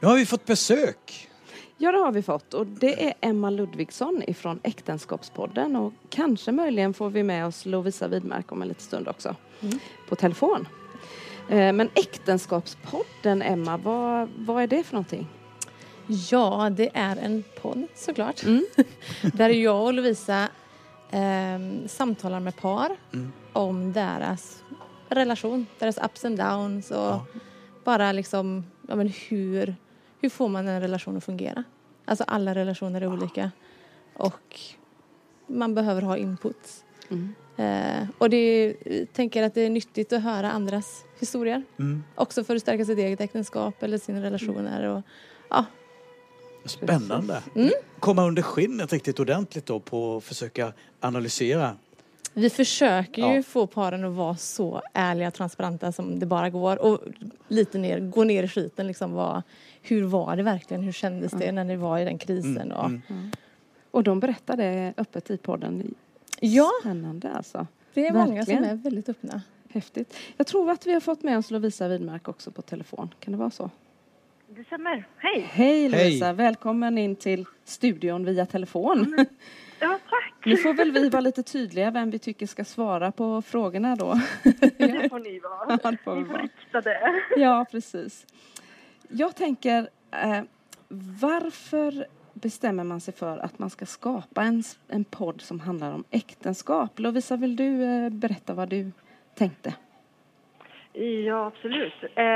Nu har vi fått besök. Ja, det har vi fått. Och det är Emma Ludvigsson ifrån Äktenskapspodden. Och kanske möjligen får vi med oss Lovisa Widmark om en liten stund också. På telefon. Men Äktenskapspodden, Emma, vad är det för någonting? Ja, det är en podd såklart. Där jag och Lovisa samtalar med par om deras relation, deras ups and downs och bara liksom, ja, men hur får man en relation att fungera? Alltså alla relationer är olika och man behöver ha input. Och tänker att det är nyttigt att höra andras historier. Också för att stärka sitt eget äktenskap eller sina relationer. Och, ja. Spännande. Komma under skinnet riktigt ordentligt då på att försöka analysera. Vi försöker ju få paren att vara så ärliga och transparenta som det bara går. Och lite gå ner i skiten. Liksom, hur var det verkligen? Hur kändes det när ni var i den krisen? Och de berättar det öppet i podden. Ja, spännande alltså. Det är många som är väldigt öppna. Häftigt. Jag tror att vi har fått med oss Lovisa Widmark också på telefon. Kan det vara så? Det stämmer. Hej. Hej Lovisa, välkommen in till studion via telefon. Ja, tack. Nu får väl vi vara lite tydliga vem vi tycker ska svara på frågorna då. Det får ni vara. Ja, det får ni får rikta det. Ja, precis. Jag tänker, varför bestämmer man sig för att man ska skapa en podd som handlar om äktenskap? Lovisa, vill du berätta vad du tänkte? Ja, absolut.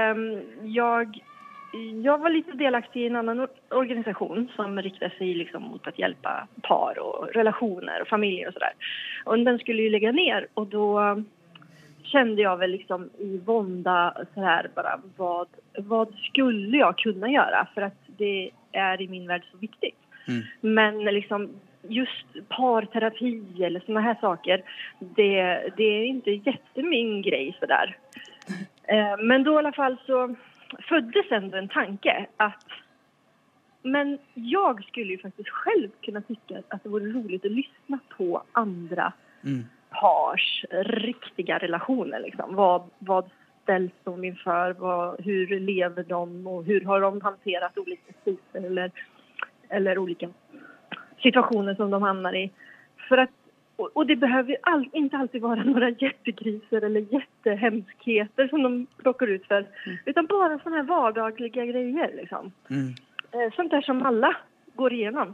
Jag var lite delaktig i en annan organisation som riktar sig liksom mot att hjälpa par och relationer och familjer och sådär. Och den skulle ju lägga ner och då kände jag väl liksom i vånda så här bara vad skulle jag kunna göra för att det är i min värld så viktigt. Men liksom just parterapi eller såna här saker det är inte jättemin grej så där. Men då i alla fall så föddes ändå en tanke att men jag skulle ju faktiskt själv kunna tycka att det vore roligt att lyssna på andra pars riktiga relationer liksom. Vad ställs de inför? Hur lever de och hur har de hanterat olika kriser eller olika situationer som de hamnar i? För att, och det behöver inte alltid vara några jättekriser eller jättehemskheter som de plockar ut för. Utan bara sådana här vardagliga grejer liksom. Sånt där som alla går igenom.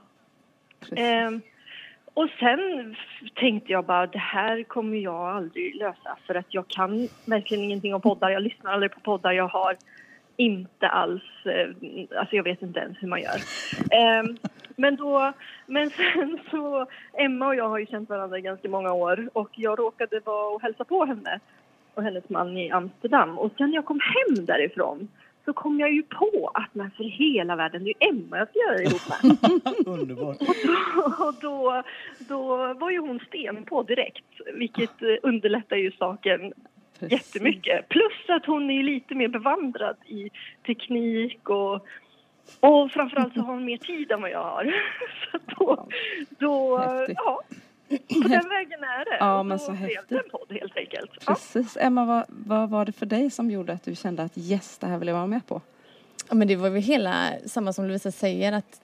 Och sen tänkte jag bara, det här kommer jag aldrig lösa. För att jag kan verkligen ingenting om poddar. Jag lyssnar aldrig på poddar. Jag har inte alls, alltså jag vet inte ens hur man gör. Men sen så, Emma och jag har ju känt varandra i ganska många år. Och jag råkade vara och hälsa på henne och hennes man i Amsterdam. Och sen jag kom hem därifrån så kom jag ju på att för hela världen, det är ju Emma jag ska göra det ihop med. Underbart. Och då var ju hon sten på direkt, vilket underlättar ju saken jättemycket. Plus att hon är lite mer bevandrad i teknik och framförallt så har hon mer tid än vad jag har. Så då på den vägen är det. Ja, och men så blev häftigt. det en podd helt enkelt. Precis. Emma, vad var det för dig som gjorde att du kände att det här vill jag vara med på? Ja, men det var väl samma som Lovisa säger att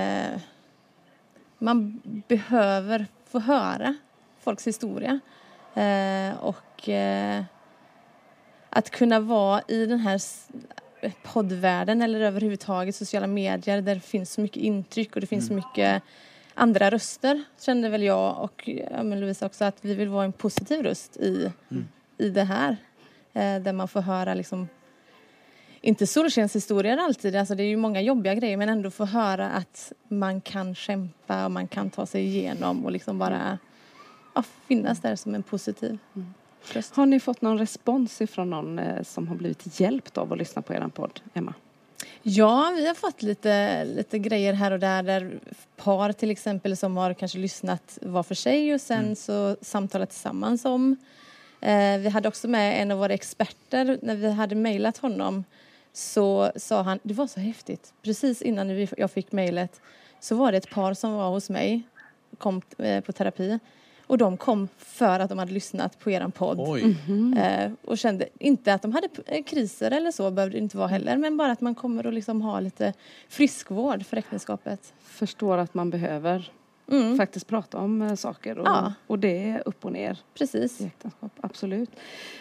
man behöver få höra folks historia. Och att kunna vara i den här poddvärlden eller överhuvudtaget sociala medier där det finns så mycket intryck och det finns så mycket andra röster, kände väl jag och Lovisa också, att vi vill vara en positiv röst i det här. Där man får höra liksom, inte solskenshistorier alltid, alltså det är ju många jobbiga grejer, men ändå få höra att man kan kämpa och man kan ta sig igenom och liksom bara finnas där som en positiv röst. Har ni fått någon respons ifrån någon som har blivit hjälpt av att lyssna på er podd, Emma? Ja, vi har fått lite grejer här och där par till exempel som har kanske lyssnat var för sig och sen så samtalat tillsammans om. Vi hade också med en av våra experter när vi hade mejlat honom, så sa han, det var så häftigt. Precis innan jag fick mejlet så var det ett par som var hos mig, kom på terapi. Och de kom för att de hade lyssnat på eran podd. Oj. Och kände inte att de hade kriser eller så, behövde det inte vara heller. Men bara att man kommer att liksom ha lite friskvård för äktenskapet. Förstår att man behöver faktiskt prata om saker. Och det är upp och ner. Precis. I äktenskap, absolut.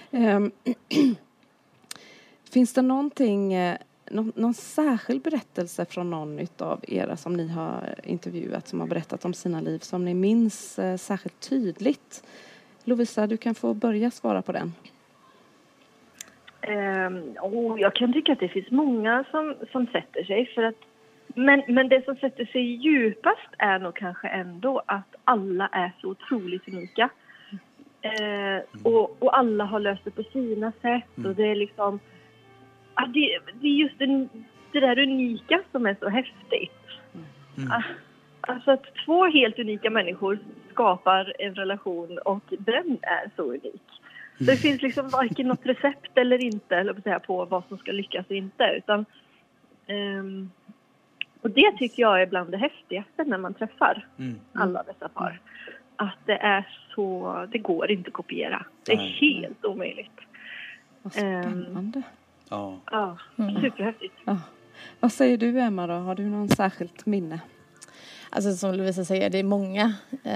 Finns det någon särskild berättelse från någon utav era som ni har intervjuat, som har berättat om sina liv, som ni minns särskilt tydligt? Lovisa, du kan få börja svara på den. Jag kan tycka att det finns många som sätter sig. För att, men det som sätter sig djupast är nog kanske ändå att alla är så otroligt unika. Och alla har löst det på sina sätt. Och det är liksom... Det är just det där unika som är så häftigt. Alltså att 2 helt unika människor skapar en relation och den är så unik. Så det finns liksom varken något recept eller inte, eller på vad som ska lyckas och inte. Utan, och det tycker jag är bland det häftigaste när man träffar alla dessa par. Att det är så, det går inte att kopiera. Det är helt omöjligt. Vad spännande. Ja. Superhäftigt. Ja. Vad säger du, Emma, då? Har du någon särskilt minne? Alltså som Lovisa säger, det är många.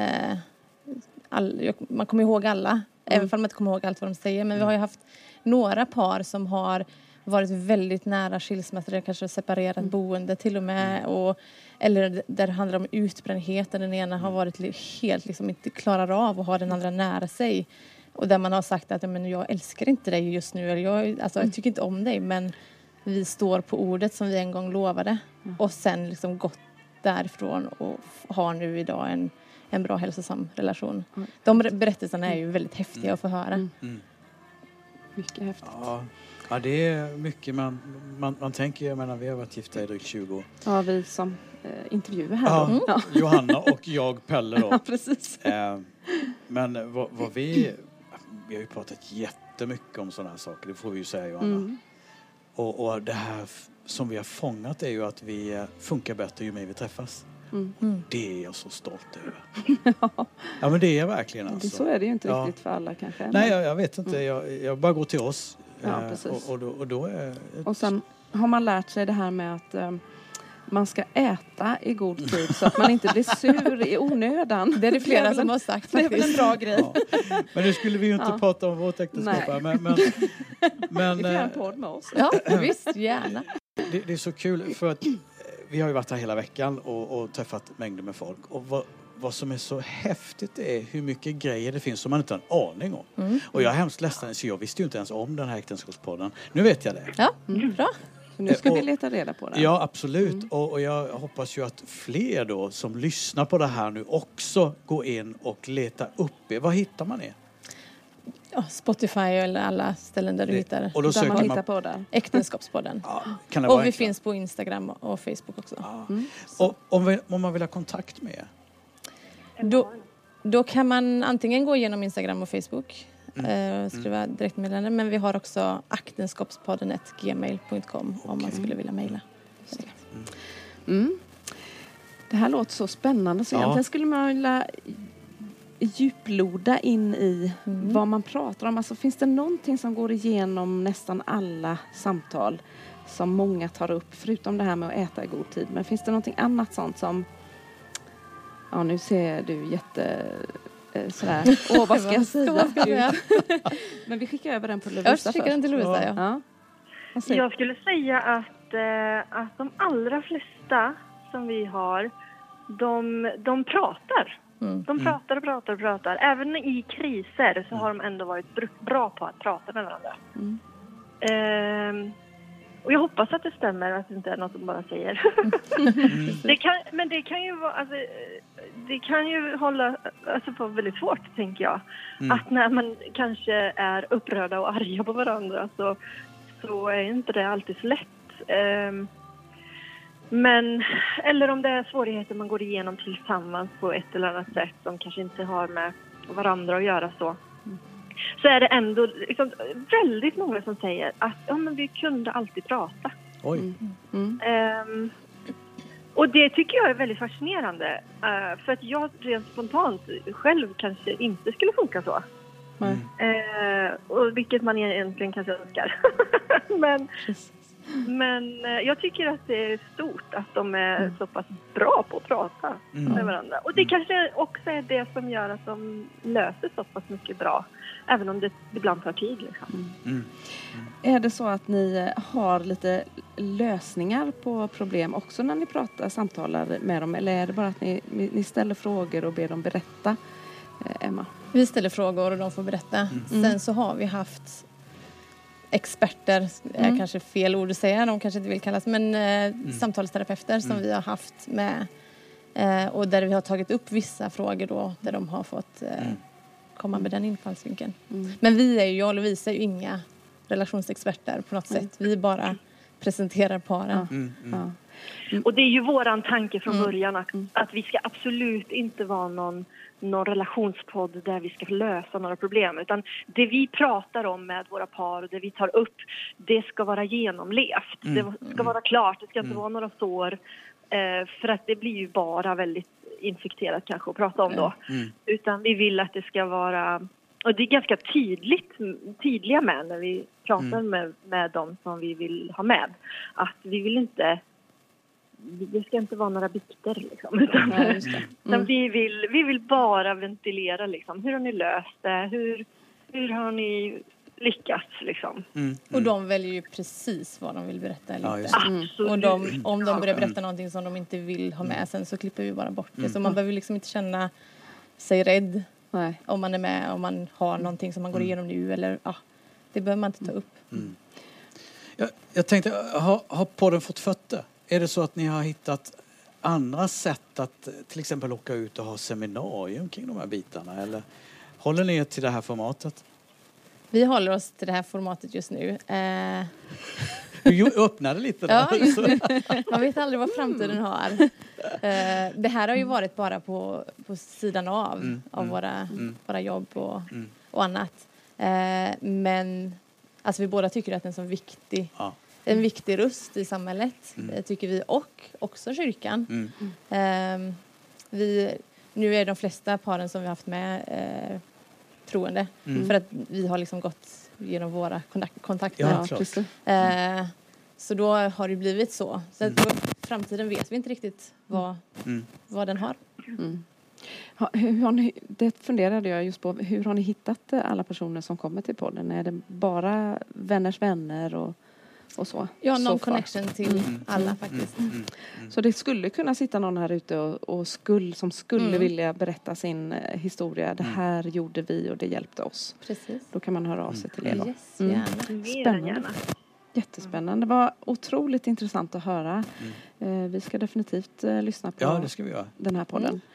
Man kommer ihåg alla. Även om man inte kommer ihåg allt vad de säger. Men vi har ju haft några par som har varit väldigt nära skilsmässa. Kanske separerat boende till och med. Eller där det handlar om utbrändhet. Där den ena har varit helt liksom inte klarar av att ha den andra nära sig. Och där man har sagt att jag älskar inte dig just nu. Eller jag tycker inte om dig. Men vi står på ordet som vi en gång lovade. Och sen liksom gått därifrån och har nu idag en bra hälsosam relation. De berättelserna är ju väldigt häftiga att få höra. Mycket häftigt. Ja, det är mycket man tänker, jag menar, vi har varit gifta i drygt 20 år. Ja, vi som intervjuar här då. Johanna och jag, Pelle då. Ja, precis. Men vad vi har ju pratat jättemycket om sådana här saker, det får vi ju säga, Johanna. Och det här som vi har fångat är ju att vi funkar bättre ju mer vi träffas. Det är jag så stolt över. Ja, men det är jag verkligen. Alltså. Så är det ju inte riktigt för alla kanske. Nej, jag vet inte. Jag bara går till oss. Ja, precis. Och då är... Och sen har man lärt sig det här med att man ska äta i god tid så att man inte blir sur i onödan. Det är det flera som har sagt. Det är väl en bra grej. Ja. Men nu skulle vi ju inte prata om vårt äktenskap här. Men vi får göra en podd med oss. Ja, visst, gärna. Det är så kul för att vi har ju varit här hela veckan och träffat mängder med folk. Och vad som är så häftigt är hur mycket grejer det finns som man inte har en aning om. Och jag är hemskt ledsen, så jag visste ju inte ens om den här äktenskapspodden. Nu vet jag det. Ja, bra. Så nu ska vi leta reda på det. Ja, absolut. Och jag hoppas ju att fler då som lyssnar på det här nu också går in och letar upp er. Vad hittar man er? Ja, Spotify eller alla ställen där du hittar. Och då där man hittar på där. Äktenskapspodden. Kan det och vara vi finns på Instagram och Facebook också. Och om man vill ha kontakt med er? Då kan man antingen gå igenom Instagram och Facebook. Skriva direktmeddelande. Men vi har också aktenskapspodden@gmail.com om man skulle vilja mejla. Det här låter så spännande. Så egentligen skulle man vilja djuploda in i vad man pratar om. Alltså, finns det någonting som går igenom nästan alla samtal som många tar upp, förutom det här med att äta i god tid? Men finns det någonting annat sånt som... Ja, nu ser du sådär. Vad ska jag säga? Men vi skickar över den på Lovisa först. Jag skickar den till Lovisa, ja. Jag skulle säga att de allra flesta som vi har, de pratar. De pratar. Även i kriser så har de ändå varit bra på att prata med varandra. Och jag hoppas att det stämmer, att det inte är något de bara säger. Men det kan ju vara, alltså, det kan ju hålla på väldigt svårt, tänker jag. Att när man kanske är upprörda och arga på varandra så är inte det alltid så lätt. Men, eller om det är svårigheter man går igenom tillsammans på ett eller annat sätt som kanske inte har med varandra att göra så är det ändå liksom väldigt många som säger att men vi kunde alltid prata. Oj. Och det tycker jag är väldigt fascinerande. För att jag rent spontant själv kanske inte skulle funka så. Och vilket man egentligen kanske önskar. Men jag tycker att det är stort att de är så pass bra på att prata med varandra. Och det kanske också är det som gör att de löser så pass mycket bra. Även om det ibland tar tid. Liksom. Är det så att ni har lite lösningar på problem också när ni samtalar med dem? Eller är det bara att ni ställer frågor och ber dem berätta, Emma? Vi ställer frågor och de får berätta. Sen så har vi haft experter, kanske fel ord att säga, de kanske inte vill kallas, men samtalsterapeuter som vi har haft med. Och där vi har tagit upp vissa frågor då, där de har fått komma med den infallsvinkeln. Men jag och Lovisa är ju inga relationsexperter på något sätt. Vi bara presenterar paren. Och det är ju våran tanke från början att vi ska absolut inte vara någon relationspodd där vi ska lösa några problem. Utan det vi pratar om med våra par och det vi tar upp, det ska vara genomlevt. Det ska vara klart, det ska inte vara några sår. För att det blir ju bara väldigt infekterat kanske att prata om då. Utan vi vill att det ska vara... Och det är ganska tydliga med när vi pratar med dem som vi vill ha med. Att vi vill inte... Det ska inte vara några bikter liksom. Utan vi vill bara ventilera liksom. Hur har ni löst det? Hur har ni lyckats liksom? Och de väljer ju precis vad de vill berätta eller inte. Absolut. Och om de börjar berätta någonting som de inte vill ha med sen så klipper vi bara bort det. Så man behöver liksom inte känna sig rädd om man är med, om man har någonting som man går igenom nu eller det behöver man inte ta upp. Jag tänkte, har podden fått fötter? Är det så att ni har hittat andra sätt att till exempel åka ut och ha seminarium kring de här bitarna? Eller håller ni er till det här formatet? Vi håller oss till det här formatet just nu. Du öppnade lite där. Ja, man vet aldrig vad framtiden har. Det här har ju varit bara på sidan av våra jobb och annat. Men alltså vi båda tycker att det är en så viktig... En viktig röst i samhället, tycker vi, och också kyrkan. Nu är de flesta paren som vi har haft med troende. För att vi har liksom gått genom våra kontakter. Så då har det blivit så. Så att framtiden vet vi inte riktigt vad den har. Hur har ni, det funderade jag just på. Hur har ni hittat alla personer som kommer till podden? Är det bara vänners vänner och så? Ja, någon connection till alla faktiskt. Så det skulle kunna sitta någon här ute som skulle vilja berätta sin historia. Det här gjorde vi och det hjälpte oss. Precis. Då kan man höra av sig till er. Yes, gärna. Spännande. Jättespännande. Det var otroligt intressant att höra. Vi ska definitivt lyssna på det ska vi göra. Den här podden.